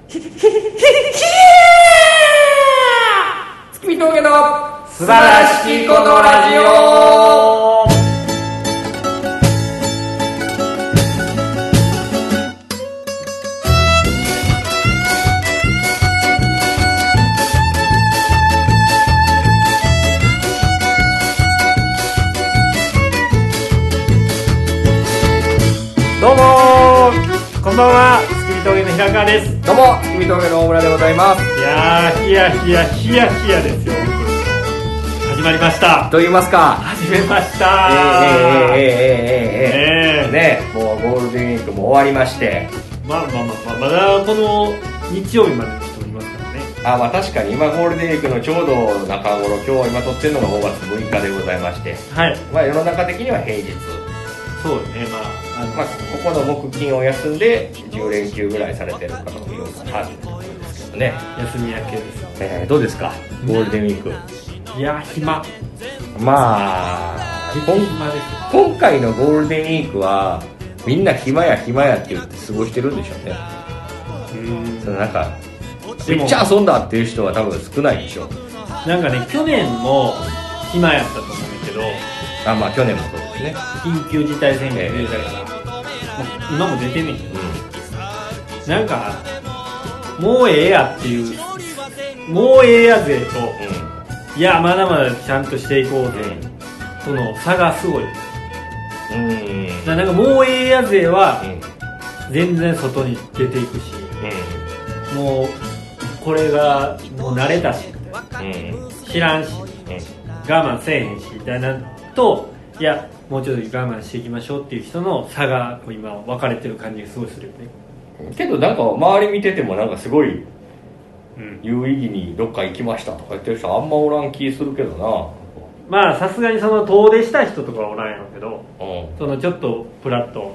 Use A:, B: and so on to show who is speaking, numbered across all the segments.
A: 月見峠の素晴らしきこのラジオ。
B: どうもこんばんは、月見峠の平川です。
A: どうも月見峠の大村でございます。
B: いやー、ヒヤヒヤヒヤヒヤですよ。始まりました。
A: と言いますか、
B: 始めました
A: ね、もうゴールデンウィークも終わりまして、
B: まだこの日曜日までの人もいますからね。
A: まあ確かに今ゴールデンウィークのちょうど中頃、今日は今撮ってるのが5月6日でございまして、
B: はい、
A: まあ世の中的には平日、
B: そうですね。
A: ここの木金を休んで10連休ぐらいされてる方もいるかなと思うんですけどね。
B: 休み明けですよ。
A: どうですかゴールデンウィーク。
B: いや暇。
A: まあ
B: 暇です。
A: 今回のゴールデンウィークはみんな暇やって言って過ごしてるんでしょうね。そのなんかめっちゃ遊んだっていう人は多分少ないでしょう。
B: なんかね、去年も暇やったと思うんだけど、
A: まあ去年もそうですね。
B: 緊急事態宣言出たから、今も出てんねんけど、なんかもうええやっていう、もうええやぜと、いやまだまだちゃんとしていこうぜ、その差がすごい。なんかもうええやぜは全然外に出ていくし、もうこれがもう慣れたしみたいな、知らんし、我慢せえへんしみたいなと、いやもうちょっと我慢していきましょうっていう人の差が今分かれてる感じがすごいするよね。
A: けどなんか周り見ててもなんかすごい有意義にどっか行きましたとか言ってる人あんまおらん気するけどな。
B: まあさすがにその遠出した人とかはおらんやろうけど、そのちょっとプラッと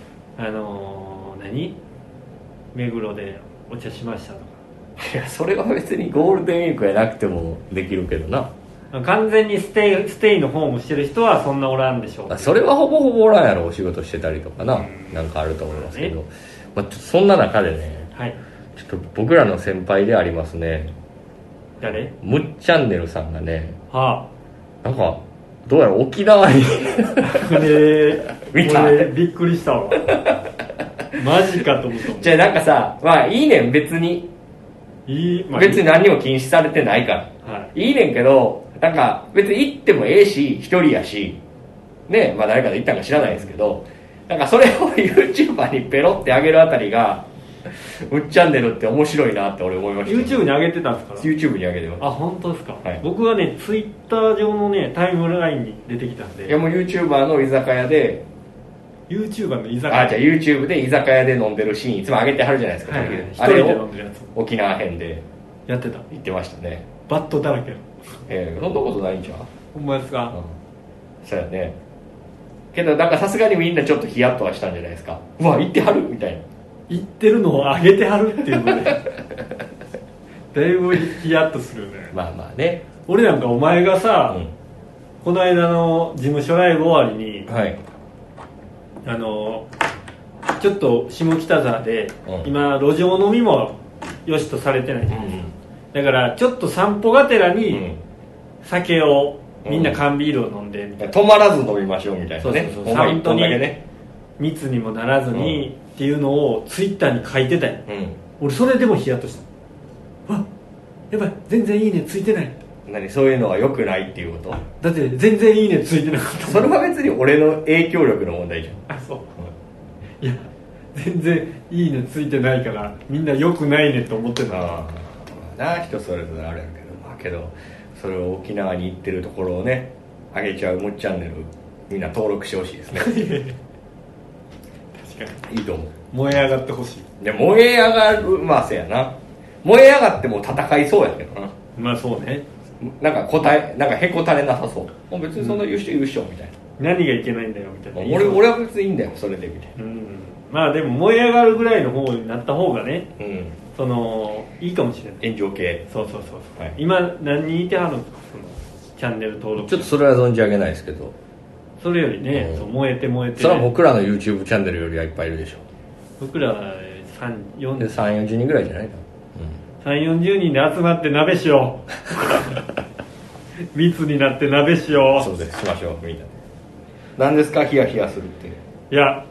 B: 目黒でお茶しましたとか。
A: いやそれは別にゴールデンウィークやなくてもできるけどな。
B: 完全にステイのホームしてる人はそんなおらんでしょう。
A: それはほぼほぼおらんやろ。お仕事してたりとかな、なんかあると思いますけど、ちょっとそんな中でね、ちょっと僕らの先輩でありますね、
B: 誰？
A: むっチャンネルさんがね、なんかどうやら沖縄に見た？
B: 俺びっくりしたわマジかと思った。
A: じゃあなんかさ、まあいいねん別に別に何にも禁止されてないから、いいねんけど、なんか別に行ってもええし一人やしね、まあ誰かで行ったんか知らないですけど、なんかそれを YouTuber にペロってあげるあたりがむっチャンネルって面白いなって俺思いました。
B: YouTube に上げてたんですか？
A: YouTube に上げてます。
B: 本当ですか？僕はね Twitter 上のねタイムラインに出てきたんで。
A: いやもう YouTuber の居酒屋で
B: YouTuber の居酒屋、
A: じゃあ YouTube で居酒屋で飲んでるシーンいつも上げてはるじゃないですか、
B: 一人で飲んでるやつ
A: 沖縄編で
B: やってた。
A: 言ってましたね。
B: バットだらけ。
A: そんなことないんじゃん。
B: ほんまですか？
A: そうやね。けどなんかさすがにみんなちょっとヒヤッとはしたんじゃないですか。うわ行ってはるみたいな。
B: 行ってるのを上げてはるっていうのでだいぶヒヤッとするよね。
A: まあね。
B: 俺なんかお前がさ、この間の事務所ライブ終わりに、ちょっと下北沢で、今路上飲みもよしとされてないじゃないですか、だからちょっと散歩がてらに酒をみんな缶ビールを飲んでみたいな、
A: 止まらず飲みましょうみたいなね。
B: そう本当に密にもならずにっていうのをツイッターに書いてたよ、俺それでもヒヤッとした。やばい全然いいねついてない。
A: そういうのは良くないっていうこと？
B: だって全然いいねついてなかった。
A: それは別に俺の影響力の問題じゃん。
B: そう、いや全然いいねついてないからみんな良くないねと思ってた。
A: 人それぞれあるけど、それを沖縄に行ってるところをね上げちゃうむっチャンネルみんな登録してほしいですね確かにいいと思う。
B: 燃え上がってほしい。
A: で燃え上がる、まあせやな、燃え上がっても戦いそうやけどな。
B: まあそうね。
A: なんかへこたれなさそう。もう別にそんな言う人みたい
B: な、何がいけないんだよみたいな。
A: 俺は別にいいんだよそれでみたいな、
B: まあでも燃え上がるぐらいの方になった方がね、そのいいかもしれない。
A: 炎上系。
B: そう、今何人いてはるんですか、そのチャンネル登録。
A: ちょっとそれは存じ上げないですけど、
B: それよりね、そう燃えて、ね、
A: それは僕らの YouTube チャンネルよりはいっぱいいるでしょ。
B: 僕ら 3、
A: 40人ぐらいじゃないか
B: な、3、40人で集まって鍋しよう密になって鍋しよう。
A: そうです、しましょうみんなで。何ですかヒヤヒヤするって。
B: いや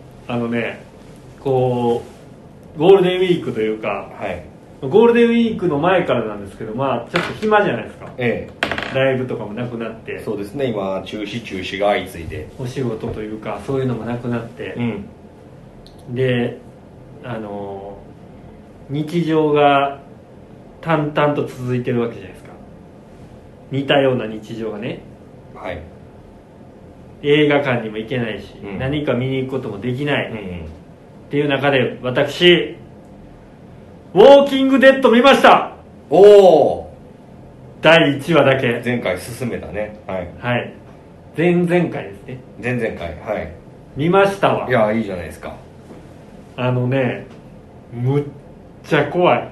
B: こうゴールデンウィークというか、
A: はい、
B: ゴールデンウィークの前からなんですけど、まあちょっと暇じゃないですか、ライブとかもなくなって。
A: そうですね、今中止が相次いで、
B: お仕事というかそういうのもなくなって、で日常が淡々と続いてるわけじゃないですか。似たような日常がね、
A: はい、
B: 映画館にも行けないし、何か見に行くこともできない、っていう中で私ウォーキングデッド見ました。
A: おお、
B: 第1話だけ。
A: 前回進めたね。はい、
B: はい、前々回ですね。
A: 前々回、はい、
B: 見ましたわ。
A: いやいいじゃないですか。
B: むっちゃ怖い。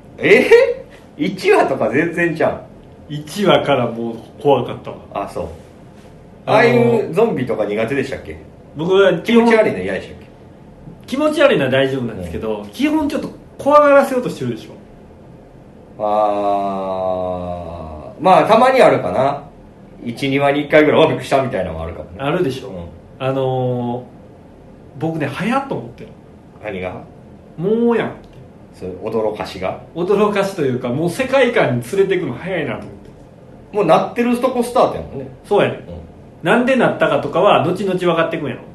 A: 1話とか全然ちゃ
B: う。1話からもう怖かったわ。
A: あ、そう。ああいうゾンビとか苦手でしたっけ？
B: 僕は
A: 気持ち悪いの嫌でしたっけ？
B: 気持ち悪いのは大丈夫なんですけど、基本ちょっと怖がらせようとしてるでしょ。
A: まあたまにあるかな。1、2話に1回ぐらいびっくりしたみたいなのもあるかもね。
B: あるでしょ、僕ね早っと思ってる。
A: 何が？
B: もうやんって。
A: それ驚かし
B: というか、もう世界観に連れていくの早いなと思って。
A: もうなってるとこスタートやもんね。
B: そうやね、なんでなったかとかは後々分かっていくんやろ。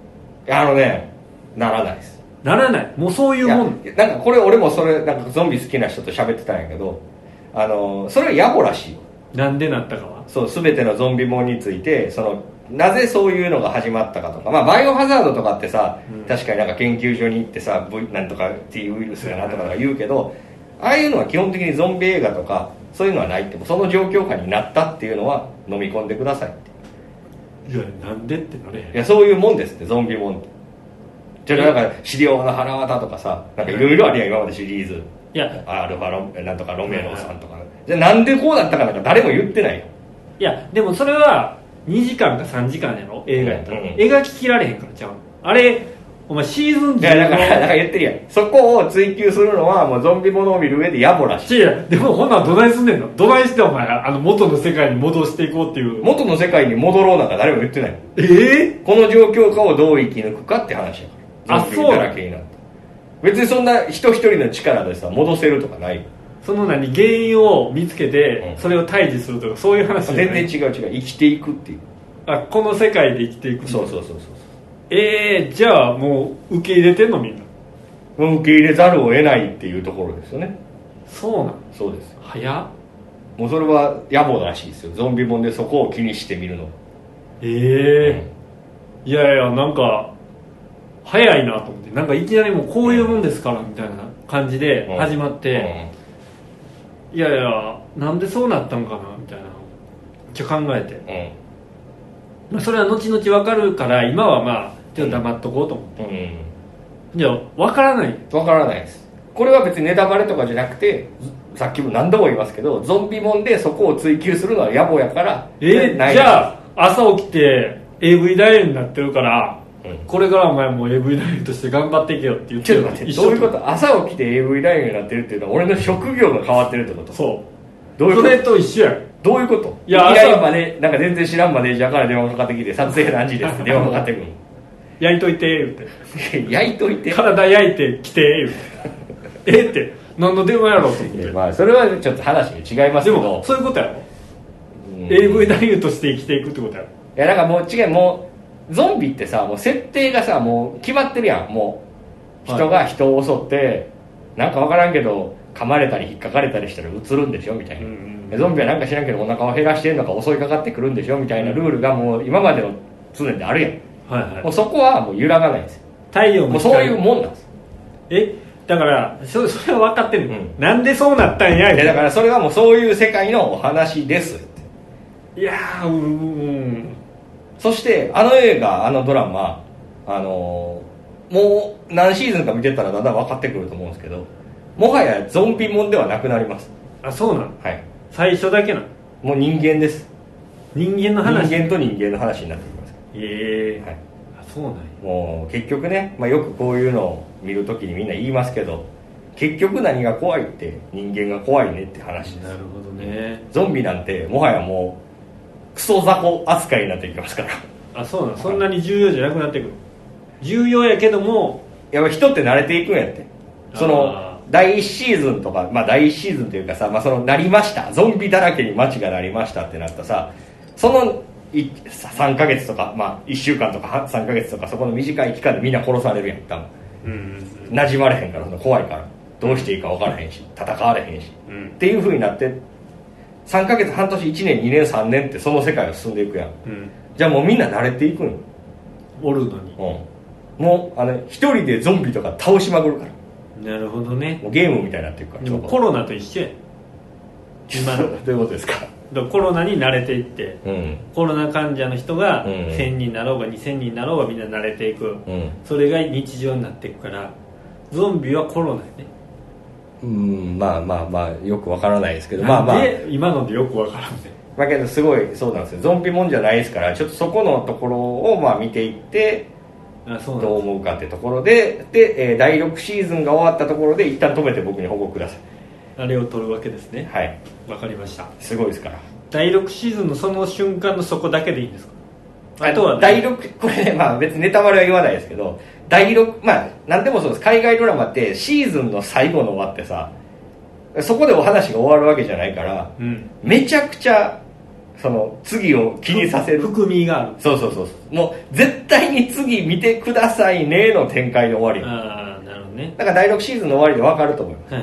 A: ならないです。
B: ならない。もうそういうもん。
A: なんかこれ俺もそれなんかゾンビ好きな人と喋ってたんやけど、それは野暮らしいよ。
B: なんでなったかは。
A: そう、全てのゾンビもんについてなぜそういうのが始まったかとか、まあバイオハザードとかってさ、確かになんか研究所に行ってさ、なんとかっていうウイルスがなんとかとか言うけど、ああいうのは基本的にゾンビ映画とかそういうのはないって、その状況下になったっていうのは飲み込んでくださいって。
B: いや、なんでってなれへん。
A: いや、そういうもんですって、ゾンビもんって。じゃあなんか資料の腹渡とかさ、なんかいろいろあるやん今までシリーズ。
B: いや、
A: アルファなんとかロメロさんとか、じゃあなんでこうだったかなんか誰も言ってないよ。
B: いやでもそれは2時間か3時間やろ、映画やったら、描ききられへんからちゃう。あれお前シーズン10の、
A: いやだから言ってるやん、そこを追求するのはもうゾンビものを見る上で野暮らしい。
B: いやでもほんならどないすんねんの。どないしてお前元の世界に戻していこうっていう。
A: 元の世界に戻ろうなんか誰も言ってない。この状況下をどう生き抜くかって話やから。ゾンビだらけになって、別にそんな人一人の力でさ戻せるとかない。
B: その原因を見つけて、それを退治するとかそういう話じゃない。
A: 全然違う生きていくっていう。
B: この世界で生きていく。
A: そう
B: じゃあもう受け入れてんのみんな。
A: もう受け入れざるを得ないっていうところですよね。
B: そうなん。
A: そうです。
B: 早っ。
A: もうそれは野暮らしいですよ、ゾンビもんでそこを気にしてみるの。
B: いやいや、なんか早いなと思って、なんかいきなりもうこういうもんですからみたいな感じで始まって、いやいやなんでそうなったのかなみたいなちょっと考えて、それは後々分かるから今はまあちょっと黙っとこうと思って、じゃあ分からない
A: です。これは別にネタバレとかじゃなくて、さっきも何度も言いますけど、ゾンビもんでそこを追求するのは野暮やから。
B: じゃあ朝起きて AV 男優になってるから、これからお前も AV 男優として頑張っていけよって言ってる。
A: ちょっと待って、どういうこと？朝起きて AV 男優になってるっていうのは俺の職業が変わってるってこと？
B: そう。
A: どういうこと？
B: それと一緒やん。
A: どういうこと？いや、朝までなんか全然知らんマネージャーから電話かかってきて、撮影何時ですって電話かかってくる。
B: 焼いといて言って
A: 焼いといて、
B: 体焼いて来て言ってって何の電話やろうと思って。
A: まあそれはちょっと話が違いますけど、
B: でもそういうことやろ。AV 男優として生きていくってことやろ。
A: いや、なんかもう違う、もうゾンビってさ、もう設定がさもう決まってるやん。もう人が人を襲って、なんか分からんけど噛まれたり引っかかれたりしたら映るんでしょみたいな、ゾンビはなんか知らんけどお腹を減らしてんのか襲いかかってくるんでしょみたいなルールがもう今までの常であるやん。もうそこはもう揺らがないんですよ。
B: 太陽
A: もうそういうもんなんです。
B: だからそれは分かってる、なんでそうなったんや。
A: だからそれはもうそういう世界のお話ですって。
B: いやー、
A: そしてあの映画、あのドラマ、もう何シーズンか見てたらだんだん分かってくると思うんですけど、もはやゾンビもんではなくなります。
B: あ、そうなの。
A: はい。
B: 最初だけなの。
A: もう人間です。
B: 人間の話。
A: 人間と人間の話になってきます。
B: はい。あ、そうなんや。
A: もう結局ね、よくこういうのを見るときにみんな言いますけど、結局何が怖いって人間が怖いねって話です。
B: なるほどね。
A: ゾンビなんてもはやもうクソ雑魚扱いになっていきますから。
B: あ、そうなの。そんなに重要じゃなくなってくる。重要やけども、
A: やっぱ人って慣れていくんやって。その第1シーズンとか、第1シーズンというかさ、そのなりました、ゾンビだらけに街がなりましたってなったさ、その3ヶ月とか、1週間とか3ヶ月とか、そこの短い期間でみんな殺されるやん、多分。馴染まれへんから、怖いから、どうしていいか分からへんし、戦われへんし、っていう風になって、3ヶ月、半年、1年、2年、3年ってその世界を進んでいくやん。じゃあもうみんな慣れていくんよ。
B: おるのに。
A: もう一人でゾンビとか倒しまくるから。
B: なるほどね。
A: もうゲームみたいになっていくから。
B: でもコロナと一緒や。
A: 今のどういうことですか。
B: コロナに慣れていって、コロナ患者の人が1000人になろうが2000人になろうがみんな慣れていく、それが日常になっていくから、ゾンビはコロナや
A: ね。よくわからないですけど、
B: 今のでよくわからんね。
A: けどすごいそうなんですよ。ゾンビもんじゃないですから、ちょっとそこのところを見ていって、どう思うかってところで、第6シーズンが終わったところで一旦止めて僕に報告ください。
B: あれを取るわけですね。
A: はい、
B: わかりました。
A: すごいですから。
B: 第6シーズンのその瞬間のそこだけでいいんですか。あとは、
A: 第6、これね、別にネタバレは言わないですけど、第6、何でもそうです。海外ドラマってシーズンの最後の終わってさ、そこでお話が終わるわけじゃないから、めちゃくちゃその次を気にさせる
B: 含みがある。
A: そうもう絶対に次見てくださいねの展開で終わり。
B: ああ、なるほどね。
A: だから第6シーズンの終わりで分かると思います。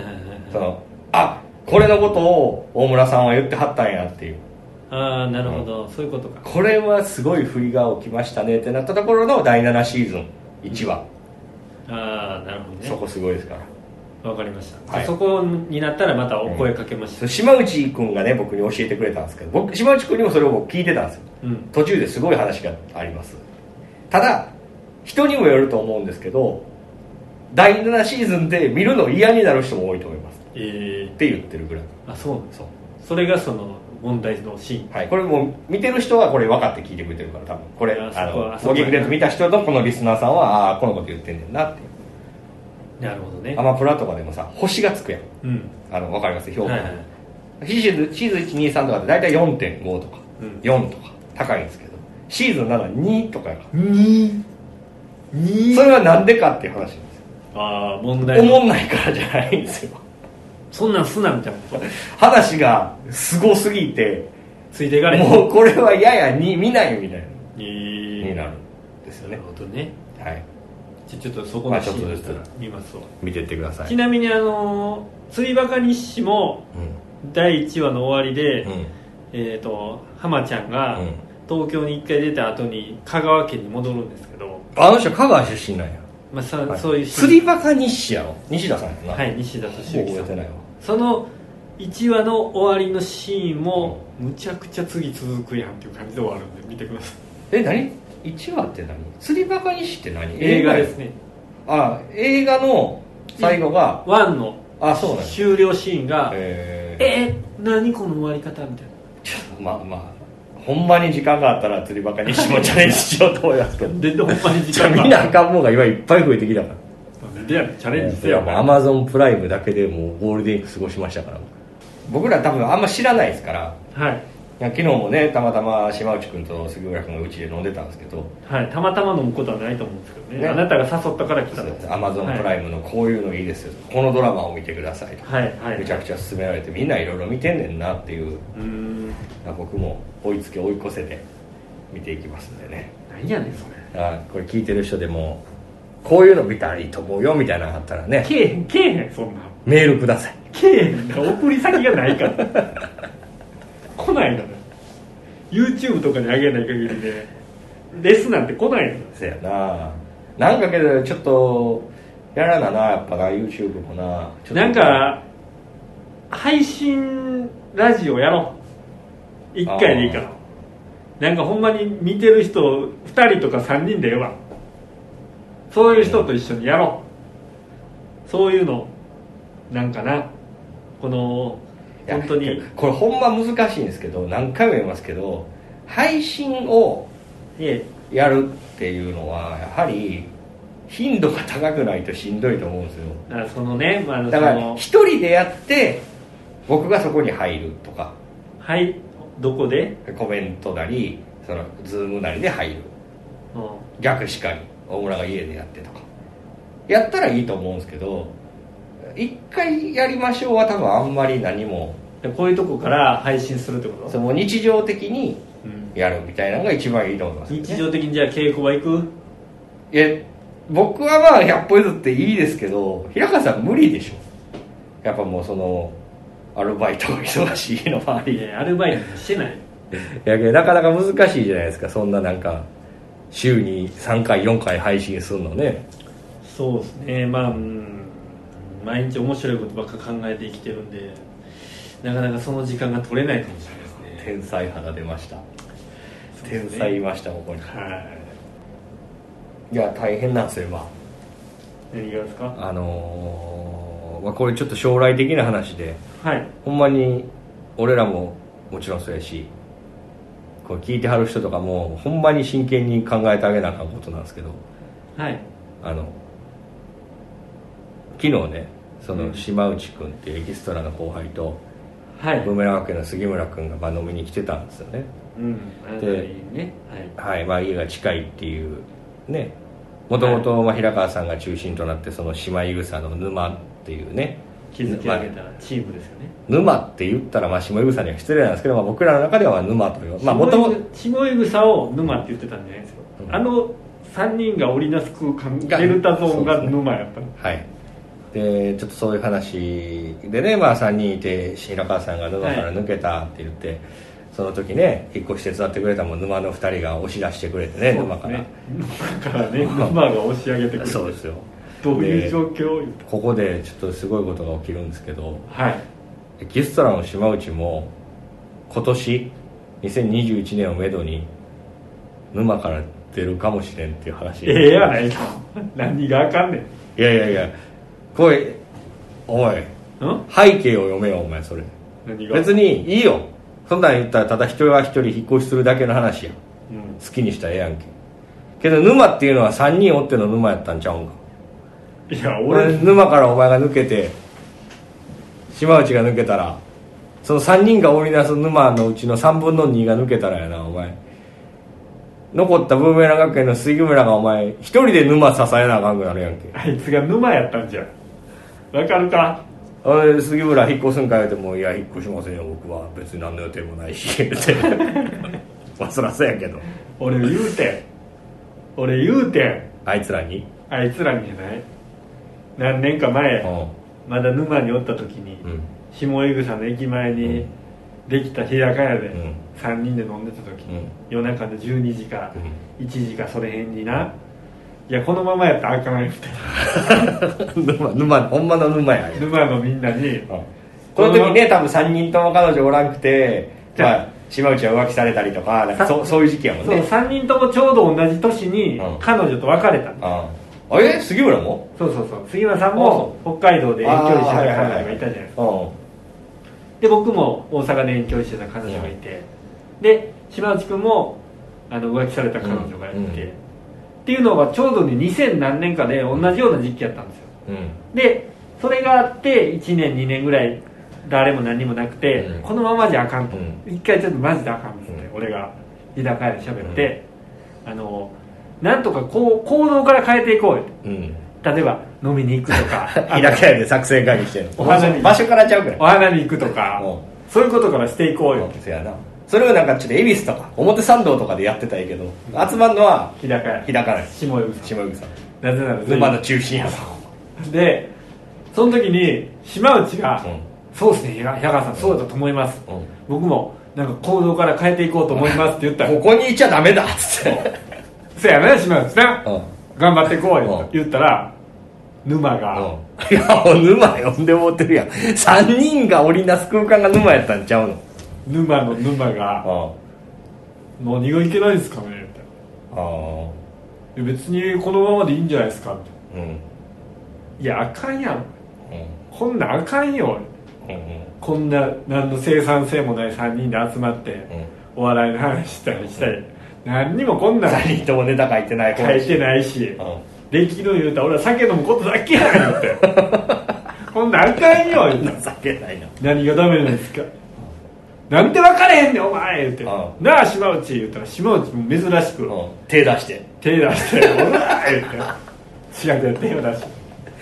A: これのことを大村さんは言ってはったんやっていう。
B: ああ、なるほど、そういうことか。
A: これはすごい振りが起きましたねってなったところの第7シーズン1話。
B: ああ、なるほどね。
A: そこすごいですから。
B: わかりました、そこになったらまたお声かけました、
A: 島内君がね僕に教えてくれたんですけど、島内君にもそれを僕聞いてたんですよ、途中ですごい話があります。ただ人にもよると思うんですけど、第7シーズンで見るの嫌になる人も多いと思います、って言ってるぐらい。
B: それがその問題のシーン。
A: これもう見てる人はこれ分かって聞いてくれてるから、多分これボギーグレート見た人とこのリスナーさんはこのこと言ってんねんなっていう。
B: なるほどね。
A: アマプラとかでもさ星がつくやん、分かります評価、シーズン123とかで大体 4.5 とか、4とか高いんですけど、シーズン7 2とかやから、それはなんでかっていう話なんですよ。
B: 問題
A: おもんないからじゃないんですよ。
B: そんなんすなみたいな
A: 話がすごすぎて
B: ついていかれへん、
A: もうこれはややに見ないみたいなになるんですよね。
B: なるほどね。ちょっとそこ
A: のシーンだったら
B: 見ますわ。
A: 見てってください。
B: ちなみに釣りバカ日誌も第1話の終わりで、浜ちゃんが東京に1回出た後に香川県に戻るんですけど、
A: あの人香川出身なんや。
B: そういう
A: 釣りバカ日誌やろ、西田さんやな。
B: 西田敏行さん。
A: 覚えてないわ。
B: その1話の終わりのシーンもむちゃくちゃ次続くやんっていう感じで終わるんで見てください。
A: 何1話って何？釣りバカ日誌って何？
B: 映画ですね。
A: 映画の最後が
B: 1の
A: そうなん
B: 終了シーンが何この終わり方みたいな。
A: ほんまに時間があったら釣りバカ日誌もチャレンジしようと思いますけど
B: でほんまに時間が
A: みんなあかんもんが今いっぱい増えてきたから、
B: チャレンジせよ。
A: アマゾンプライムだけでもうゴールデンウィーク過ごしましたから、僕ら多分あんま知らないですから。昨日もねたまたま島内君と杉浦君がうちで飲んでたんですけど、
B: たまたま飲むことはないと思うんですけどね。あなたが誘ったから来たんです。
A: アマゾンプライムのこういうのいいですよ、このドラマを見てくださいと、めちゃくちゃ勧められて、みんないろいろ見てんねんなっていう、僕も追いつけ追い越せて見ていきますんでね。
B: 何やねんそれ。
A: これ聞いてる人でもこういうの見たらいいと思うよみたいなのがあったらね、
B: けえへんそんな
A: メールください。
B: けえへん、送り先がないから来ないのね。YouTube とかに上げない限りでレスなんて来ないの。
A: そやなんかけどちょっとやらなやっぱな YouTube もな。
B: なんか配信ラジオやろう、1回でいいから。なんかほんまに見てる人2人とか3人でええわ。そういう人と一緒にやろう。そういうのなんかな、この本当に
A: これほんま難しいんですけど、何回も言いますけど、配信をやるっていうのはやはり頻度が高くないとしんどいと思うんですよ。
B: だからそのね、
A: だから一人でやって僕がそこに入るとか、
B: はい、どこで
A: コメントなりそのズームなりで入る、逆しかり大村が家でやってとかやったらいいと思うんですけど、一回やりましょうは多分あんまり何も、
B: こういうとこから配信するってこと？
A: その日常的にやるみたいなのが一番いいと思います、ね、
B: 日常的にじゃあ稽古場行く？
A: いや僕はまあ100歩譲っていいですけど、平川さん無理でしょ。やっぱもうそのアルバイトが忙しいのもあり、
B: いやアルバイトしてない
A: やけどなかなか難しいじゃないですか。そんななんか週に3回4回配信するのね。
B: そうですね、まあ、毎日面白いことばっか考えて生きてるんで、なかなかその時間が取れないかもしれないですね。
A: 天才肌出ました、
B: ね、
A: 天才いましたここに。
B: はい。
A: いや大変なんですよ今。
B: 何がですか？
A: まあ、これちょっと将来的な話で、
B: はい、
A: ほんまに俺らももちろんそうやし、これ聞いてはる人とかもほんまに真剣に考えてあげなあかんことなんですけど、
B: はい、
A: 昨日ね、その島内くんっていうエキストラの後輩と、
B: はい、
A: ブーメラン学園の杉村くんが飲みに来てたんですよね。
B: で、ね、
A: はい、まあ、家が近いっていうね、もともと平川さんが中心となってその島井草の沼っていうね、
B: 築き上げたチームですよね。
A: 沼って言ったらまあ下井草には失礼なんですけど、まあ、僕らの中では沼という、まあ、元々
B: 下井草を沼って言ってたんじゃないですよ、3人が織りなす空間デルタゾーンが沼やったの、ね、
A: はい。でちょっとそういう話でね、まあ、3人いて平川さんが沼から抜けたって言って、はい、その時ね引っ越し手伝ってくれたもん沼の2人が押し出してくれてね、沼から
B: 沼が押し上げてくれて
A: そうですよ。
B: どういう状況？
A: ここでちょっとすごいことが起きるんですけど、
B: はい、
A: エキストラの島内も今年2021年をめどに沼から出るかもしれんっていう話。
B: やないか何があかんねん。
A: いやこれおい背景を読めよお前。それ
B: 何が
A: 別にいいよ、そんなん言ったらただ人が一人引っ越しするだけの話や、好きにしたらええやんけど沼っていうのは3人おっての沼やったんちゃうんか。
B: いや俺
A: 沼からお前が抜けて島内が抜けたら、その3人が織りなす沼のうちの3分の2が抜けたらやな、お前残ったブーメラン学園の杉村がお前一人で沼支えなあかんくなるやんけ。
B: あいつが沼やったんじゃわかるか。
A: 杉村引っ越すんか言うても、いや引っ越しませんよ僕は、別に何の予定もないしってまあそらそうやけど、
B: 俺言うてん
A: あいつらに
B: じゃない何年か前、まだ沼におった時に、下井草の駅前にできた日高屋で3人で飲んでた時に、夜中の12時か1時かそれへんにな、いやこのままやったらあかんよって
A: 沼ほんまの沼や。
B: 沼のみんなに、
A: この時ね多分3人とも彼女おらんくて、まあ、島内は浮気されたりとか、なんかそういう時期やもんね。
B: そう3人ともちょうど同じ年に彼女と別れたんです。
A: 杉村も
B: そう杉村さんも北海道で遠距離してた彼女がいたじゃないですか。で僕も大阪で遠距離してた彼女がいて、で島内くんも浮気された彼女がいて、っていうのがちょうどね2000何年かで同じような時期やったんですよ、でそれがあって1年2年ぐらい誰も何もなくて、このままじゃあかんと、一回ちょっとマジであかんですね、俺が日高屋で喋って、なんとかこう行動から変えていこうよ、例えば飲みに行くとか
A: 日高屋で作戦会議してるの場所からちゃうから
B: お花に行くとか、そういうことからしていこうよ、
A: そうやな。それをなんかちょっと恵比寿とか表参道とかでやってたらいいけど、集まるのは
B: 日高屋下井草なぜなら
A: 沼の中心や
B: で、その時に島内が、そうですね平川さんそうだと思います、僕もなんか行動から変えていこうと思いますって言ったら
A: ここにいちゃダメだっつって
B: そうやな島内な、頑張っていこうよって言ったら、沼が、
A: いや沼呼んでもってるやん。3人が織りなす空間が沼やったんちゃうの。
B: 沼の沼が、何がいけないですかねみたいな。別にこのままでいいんじゃないですかみたいな、いやあかんやん、こんなんあかんよ、こんな何の生産性もない3人で集まって、お笑いの話したり何にもこんなん
A: 3人ともネタ書いてない
B: し、 できる言うたら俺は酒飲むことだけやんってこんなんあかんよ言うた
A: 情けないな。
B: 何がダメなんですかなんで分かれへんねんお前言うてなあ島内言うたら島内も珍しく
A: 手出して
B: おらー言うて違う手を出して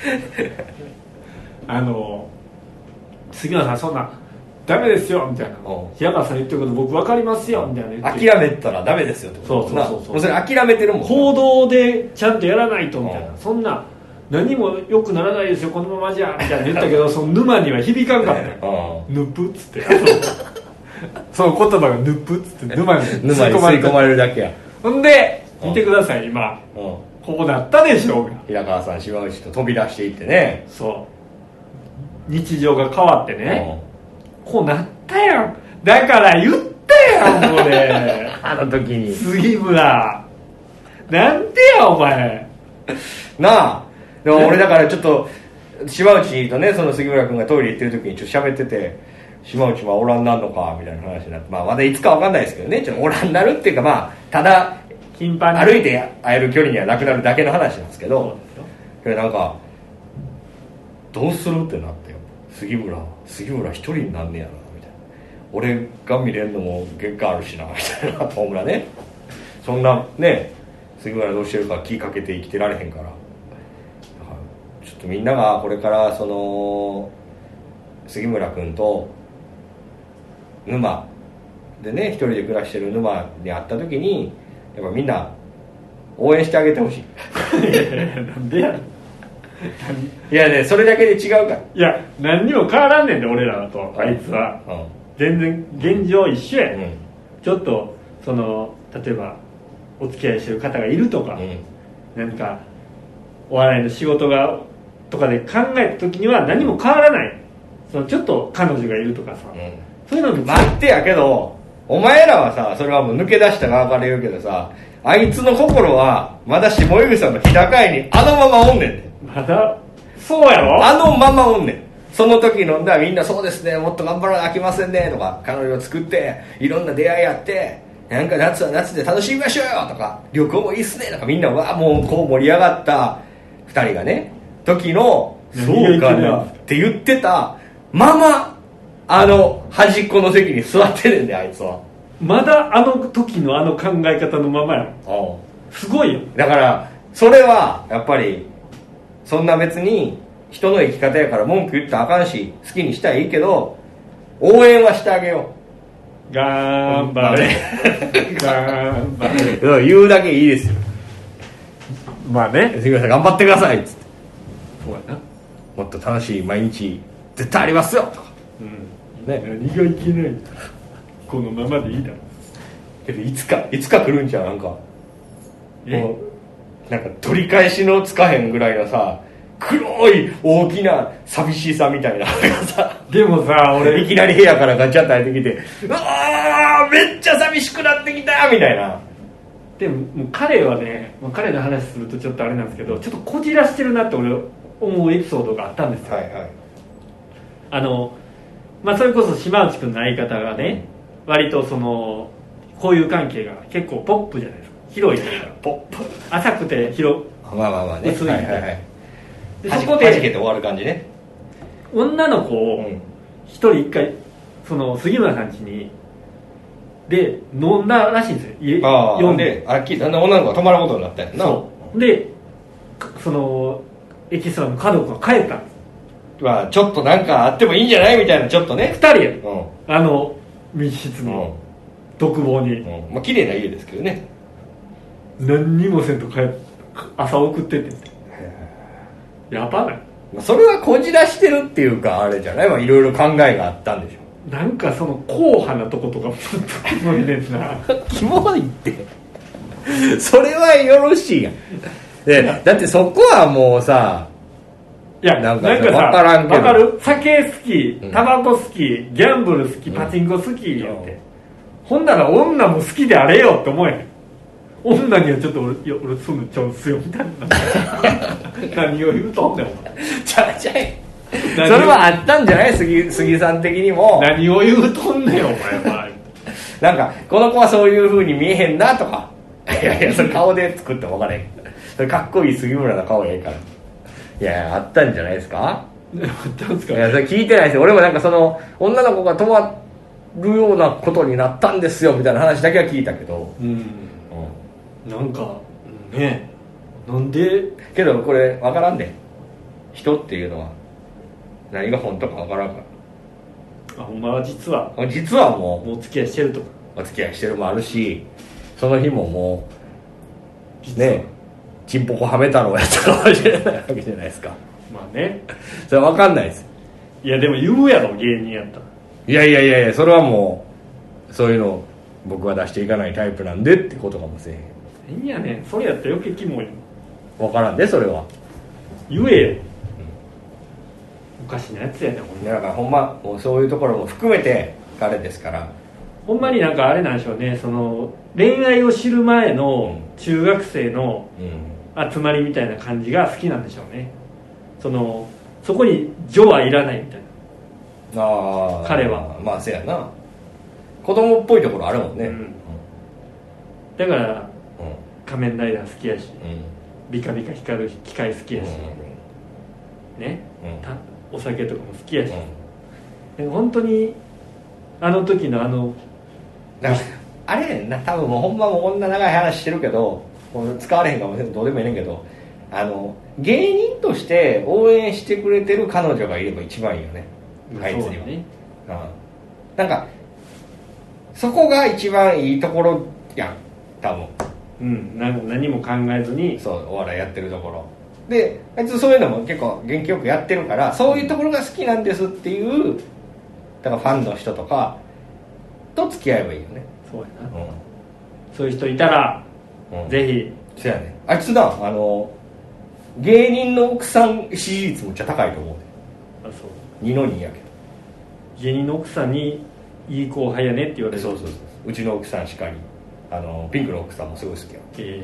B: 杉村さんそんなダメですよみたいな平川さん言ってること僕分かりますよみたいな
A: 諦めたらダメですよってことな。そうそれ諦めてるもん。
B: 行動でちゃんとやらないとみたいなそんな何も良くならないですよこのままじゃみたいな言ったけどその沼には響かんかったよヌプっつってその言葉がヌプっつって沼に吸い
A: 込まれるだけや。
B: ほんで見てください今こうなったでしょうが
A: 平川さん島内と飛び出していってね。
B: そう日常が変わってねこうなったやんだから言ったやんこれ
A: あの時に
B: 杉村なんでやお前
A: なあ。でも俺だからちょっと島内とねその杉村君がトイレ行ってる時にちょっと喋ってて島内はおらんなんのかみたいな話になってまだいつか分かんないですけどねちょっとおらんなるっていうかただ
B: 頻繁に
A: 歩いて会える距離にはなくなるだけの話なんですけどなんかどうするってなってよ杉村一人になんねやなみたいな俺が見れるのも限界あるしなみたいな大村ねそんなね杉村どうしてるか気かけて生きてられへんからちょっとみんながこれからその杉村君と沼でね一人で暮らしてる沼に会った時にやっぱみんな応援してあげてほしい
B: なんでや
A: いやねそれだけで違うからい
B: や何にも変わらんねんで俺らとあいつは、全然現状一緒や、ちょっとその例えばお付き合いしてる方がいるとか、何かお笑いの仕事がとかで考えた時には何も変わらないそのちょっと彼女がいるとかさ、そういうの
A: 待ってやけどお前らはさそれはもう抜け出した側から言うけどさあいつの心はまだ下井口さんの日高いにあのままおんねんで
B: まだそうやろ
A: あのままおんねんその時飲んだらみんなそうですねもっと頑張らなあきませんねとか彼女を作っていろんな出会いあってなんか夏は夏で楽しみましょうよとか旅行もいいっすねとかみんなはもうこう盛り上がった2人がね時のそうかなって言ってたまま端っこの席に座ってるんであいつは
B: まだあの時のあの考え方のままやろすごいよ
A: だからそれはやっぱりそんな別に人の生き方やから文句言ったらあかんし好きにしたらいいけど応援はしてあげよ
B: う頑張れ頑張
A: れ言うだけいいですよ
B: まあね
A: 杉村さん頑張ってくださいっつって
B: そうやな
A: もっと楽しい毎日絶対ありますよとか、
B: ね、何がいけないこのままでいいだろ
A: けどいつか来るんじゃんなんかもうなんか取り返しのつかへんぐらいのさ黒い大きな寂しさみたいなさ
B: でもさ俺
A: いきなり部屋からガチャッと入ってきてうわーめっちゃ寂しくなってきたみたいな
B: でも彼はね彼の話するとちょっとあれなんですけどちょっとこじらしてるなって俺思うエピソードがあったんですよ、それこそ島内くんの相方がね割とその交友関係が結構ポップじゃないですか広いというか
A: ポップ
B: 浅くて広
A: ね
B: 薄いみたいな、
A: でそこで弾けて終わる感じね
B: 女の子を一人一回その杉村さん家にで飲んだらしいんですよ
A: 読んで女の子が泊まることになったんやな
B: そうでそのエキストラの家族が帰ったんです
A: ちょっとなんかあってもいいんじゃないみたいなちょっとね
B: 2人や、密室の独房に、
A: 綺麗な家ですけどね
B: 何にもせんと朝送ってってやばない
A: それはこじらしてるっていうかあれじゃないいろいろ考えがあったんでしょ
B: なんかその硬派なとことかもちょっとキモいねんな
A: キモいってそれはよろしいやんだってそこはもうさ
B: いやなんかさ分からんけど分かる酒好きタバコ好きギャンブル好きパチンコ好き言って、ほんなら女も好きであれよって思えへん女にはちょっと俺そんなちゃうんすよみたいな何を言うとんねんお前
A: ちゃいそれはあったんじゃない杉さん的にも
B: 何を言うとんねんお前は
A: なんかこの子はそういう風に見えへんなとかいやそれ顔で作っても分からへんそれかっこいい杉村の顔ええから。いやあったんじゃないですか。
B: あったんですか。
A: いやそれ聞いてないですよ。俺もなんかその女の子が泊まるようなことになったんですよみたいな話だけは聞いたけど、
B: なんかね、なんで
A: けどこれ分からんね。人っていうのは何が本当か分からんから。
B: ほんまは実は
A: も
B: うお付き合いしてるとか、
A: お付き合いしてるもあるし、その日ももうねチンポコはめ太郎やったかもしれないわけじゃないですか。
B: まあね、
A: それ分かんないです。
B: いやでも言うやろ、芸人やったら。
A: いやそれはもうそういうの僕は出していかないタイプなんでってことかもしれへん。
B: 変やねん、それやったら余計キモい。
A: 分からんでそれは
B: 言えよ、おかしなやつやねんほんま。
A: だからほんまもうそういうところも含めて彼ですから。
B: ほんまになんかあれなんでしょうね、その恋愛を知る前の中学生の集まりみたいな感じが好きなんでしょうね。そこに女はいらないみたいな。
A: ああ
B: 彼は
A: まあせやな、子供っぽいところあるもんね、
B: だから仮面ライダー好きやし、ビカビカ光る機械好きやし、ね、お酒とかも好きやし、本当にあの時の
A: だからあれやんな、多分もうほんまもうこんな長い話してるけど使われへんかもしれん、どうでもいいねんけど、芸人として応援してくれてる彼女がいれば一番いいよね、あいつには、ね、なんかそこが一番いいところやん多分。
B: 何も考えずに
A: そうお笑いやってるところで、あいつそういうのも結構元気よくやってるから、そういうところが好きなんですっていうだからファンの人とかと付き合えばいいよね。
B: そうやな、そういう人いたら、ぜひ。
A: そうやね、あいつな芸人の奥さん支持率めっちゃ高いと思う。そう2の2やけど
B: 芸人の奥さんにいい後輩やねって言われる。
A: そううちの奥さんしかりピンクの奥さんもすごい好きや。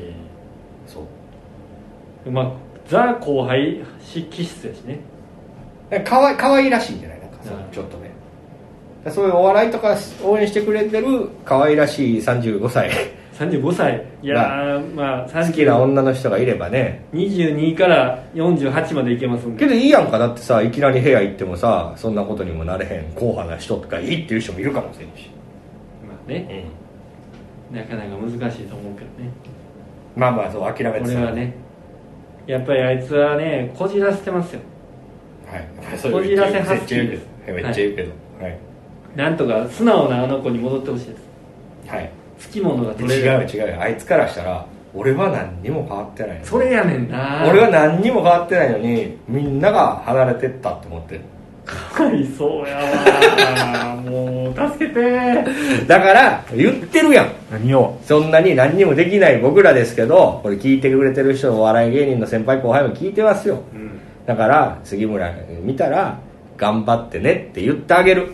A: そう
B: まあザ後輩気質やしね。
A: かわいらしいんじゃない、なんかちょっとね、そういうお笑いとか応援してくれてる可愛らしい35歳
B: 35歳いやまあ
A: 好きな女の人がいればね、
B: 22から48までいけますんで。
A: けどいいやんか、だってさいきなり部屋行ってもさそんなことにもなれへん硬派な人とかいいっていう人もいるかもしれんし、
B: まあね、なかなか難しいと思うけどね。
A: まあそう諦めてさ、
B: 俺はねやっぱりあいつはねこじらせてますよ。こじらせハスキーです。
A: めっちゃ言うけど、
B: なんとか素直なあの子に戻ってほしいです。好きものが取れる。
A: 違うあいつからしたら俺は何にも変わってないの。
B: それやねんな。
A: 俺は何にも変わってないのにみんなが離れてったって思ってる。
B: かわいそうやわもう助けて
A: だから言ってるやん。
B: 何を
A: そんなに何にもできない僕らですけど、これ聞いてくれてる人、お笑い芸人の先輩後輩も聞いてますよ、だから杉村見たら頑張ってねって言ってあげる。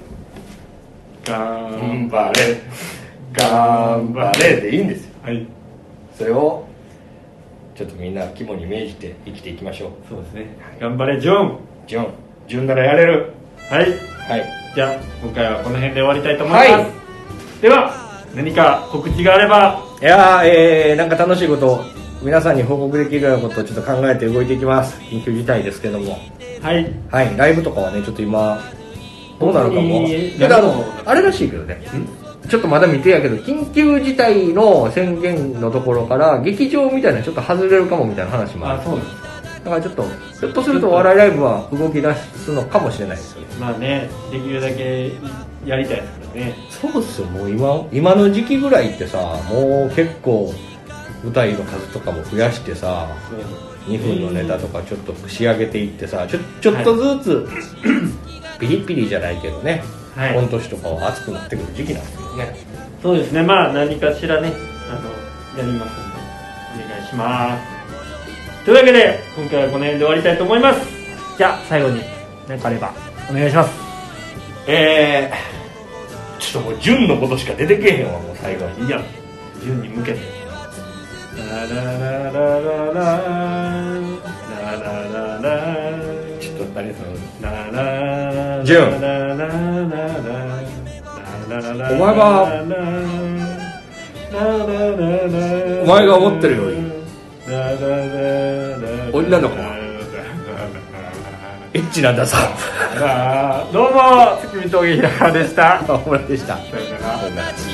B: 頑張れ
A: 頑張れでいいんですよ。それをちょっとみんな肝に銘じて生きていきましょう。
B: そうですね、頑張れジョン
A: ならやれる。
B: じゃあ今回はこの辺で終わりたいと思います、では何か告知があれば。
A: いやなんか楽しいことを皆さんに報告できるようなことをちょっと考えて動いていきます。緊急事態ですけども、ライブとかはねちょっと今どうなるかも。けどあれらしいけどね、ちょっとまだ未定やけど緊急事態の宣言のところから劇場みたいなちょっと外れるかもみたいな話もある。
B: そうです。
A: だからちょっとひょっとするとお笑いライブは動き出すのかもしれないですよね。
B: まあね、できるだけやりたいですからね。
A: そうっすよ、もう今の時期ぐらいってさ、もう結構舞台の数とかも増やしてさ、2分のネタとかちょっと仕上げていってさ、ちょっとずつ、ピリピリじゃないけどね、コント師とかは熱くなってくる時期なんですよね。
B: そうですね、まあ何かしらねやりますのでお願いします。というわけで今回はこの辺で終わりたいと思います。じゃあ最後に何かあればお願いします。
A: ちょっともう潤のことしか出てけえへんわ、もう最後に。
B: いや、潤に向けてラララララララララ
A: ちょっと何その
B: ララ
A: 潤、お前が思ってるより女の子エッチなんださ
B: どうも月見峠平川でした。
A: 大村でした。
B: さよなら。